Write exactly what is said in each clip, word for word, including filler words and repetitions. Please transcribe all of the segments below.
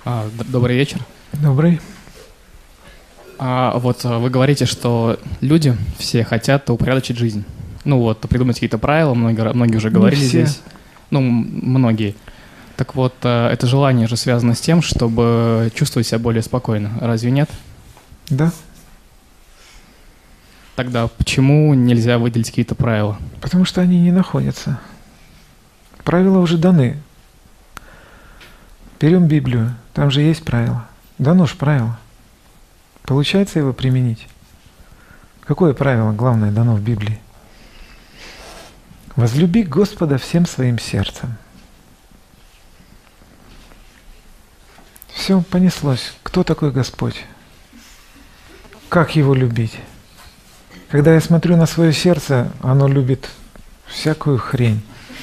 А, д- добрый вечер. Добрый. А, вот а, вы говорите, что люди все хотят упорядочить жизнь. Ну вот, придумать какие-то правила, многие, ра- многие уже Не говорили все. здесь. Ну, м- многие. Так вот, а, это желание же связано с тем, чтобы чувствовать себя более спокойно. Разве нет? Да. Тогда почему нельзя выделить какие-то правила? Потому что они не находятся. Правила уже даны. Берем Библию, там же есть правила. Дано ж правило. Получается его применить? Какое правило главное дано в Библии? Возлюби Господа всем своим сердцем. Все, понеслось. Кто такой Господь? Как его любить? Когда я смотрю на свое сердце, оно любит всякую хрень.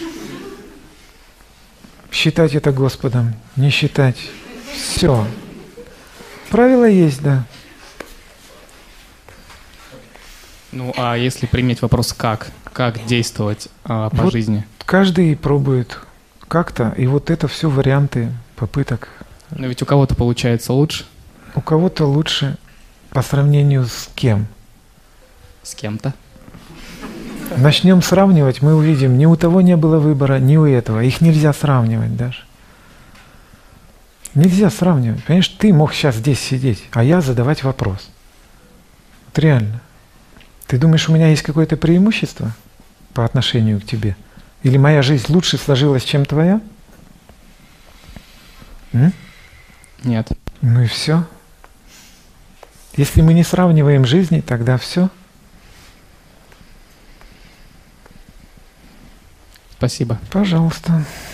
Считать это Господом, не считать. Все. Правила есть, да. Ну, а если применить вопрос «как»? Как действовать а, по Вот жизни? каждый пробует как-то, и вот это все варианты попыток. Но ведь у кого-то получается лучше, У кого-то лучше по сравнению с кем. с кем-то. Начнем сравнивать, мы увидим, ни у того не было выбора, ни у этого. Их нельзя сравнивать даже. Нельзя сравнивать. Понимаешь, ты мог сейчас здесь сидеть, а я задавать вопрос. Вот реально. Ты думаешь, у меня есть какое-то преимущество по отношению к тебе? Или моя жизнь лучше сложилась, чем твоя? М? Нет. Ну и все. Если мы не сравниваем жизни, тогда все. Спасибо. Пожалуйста.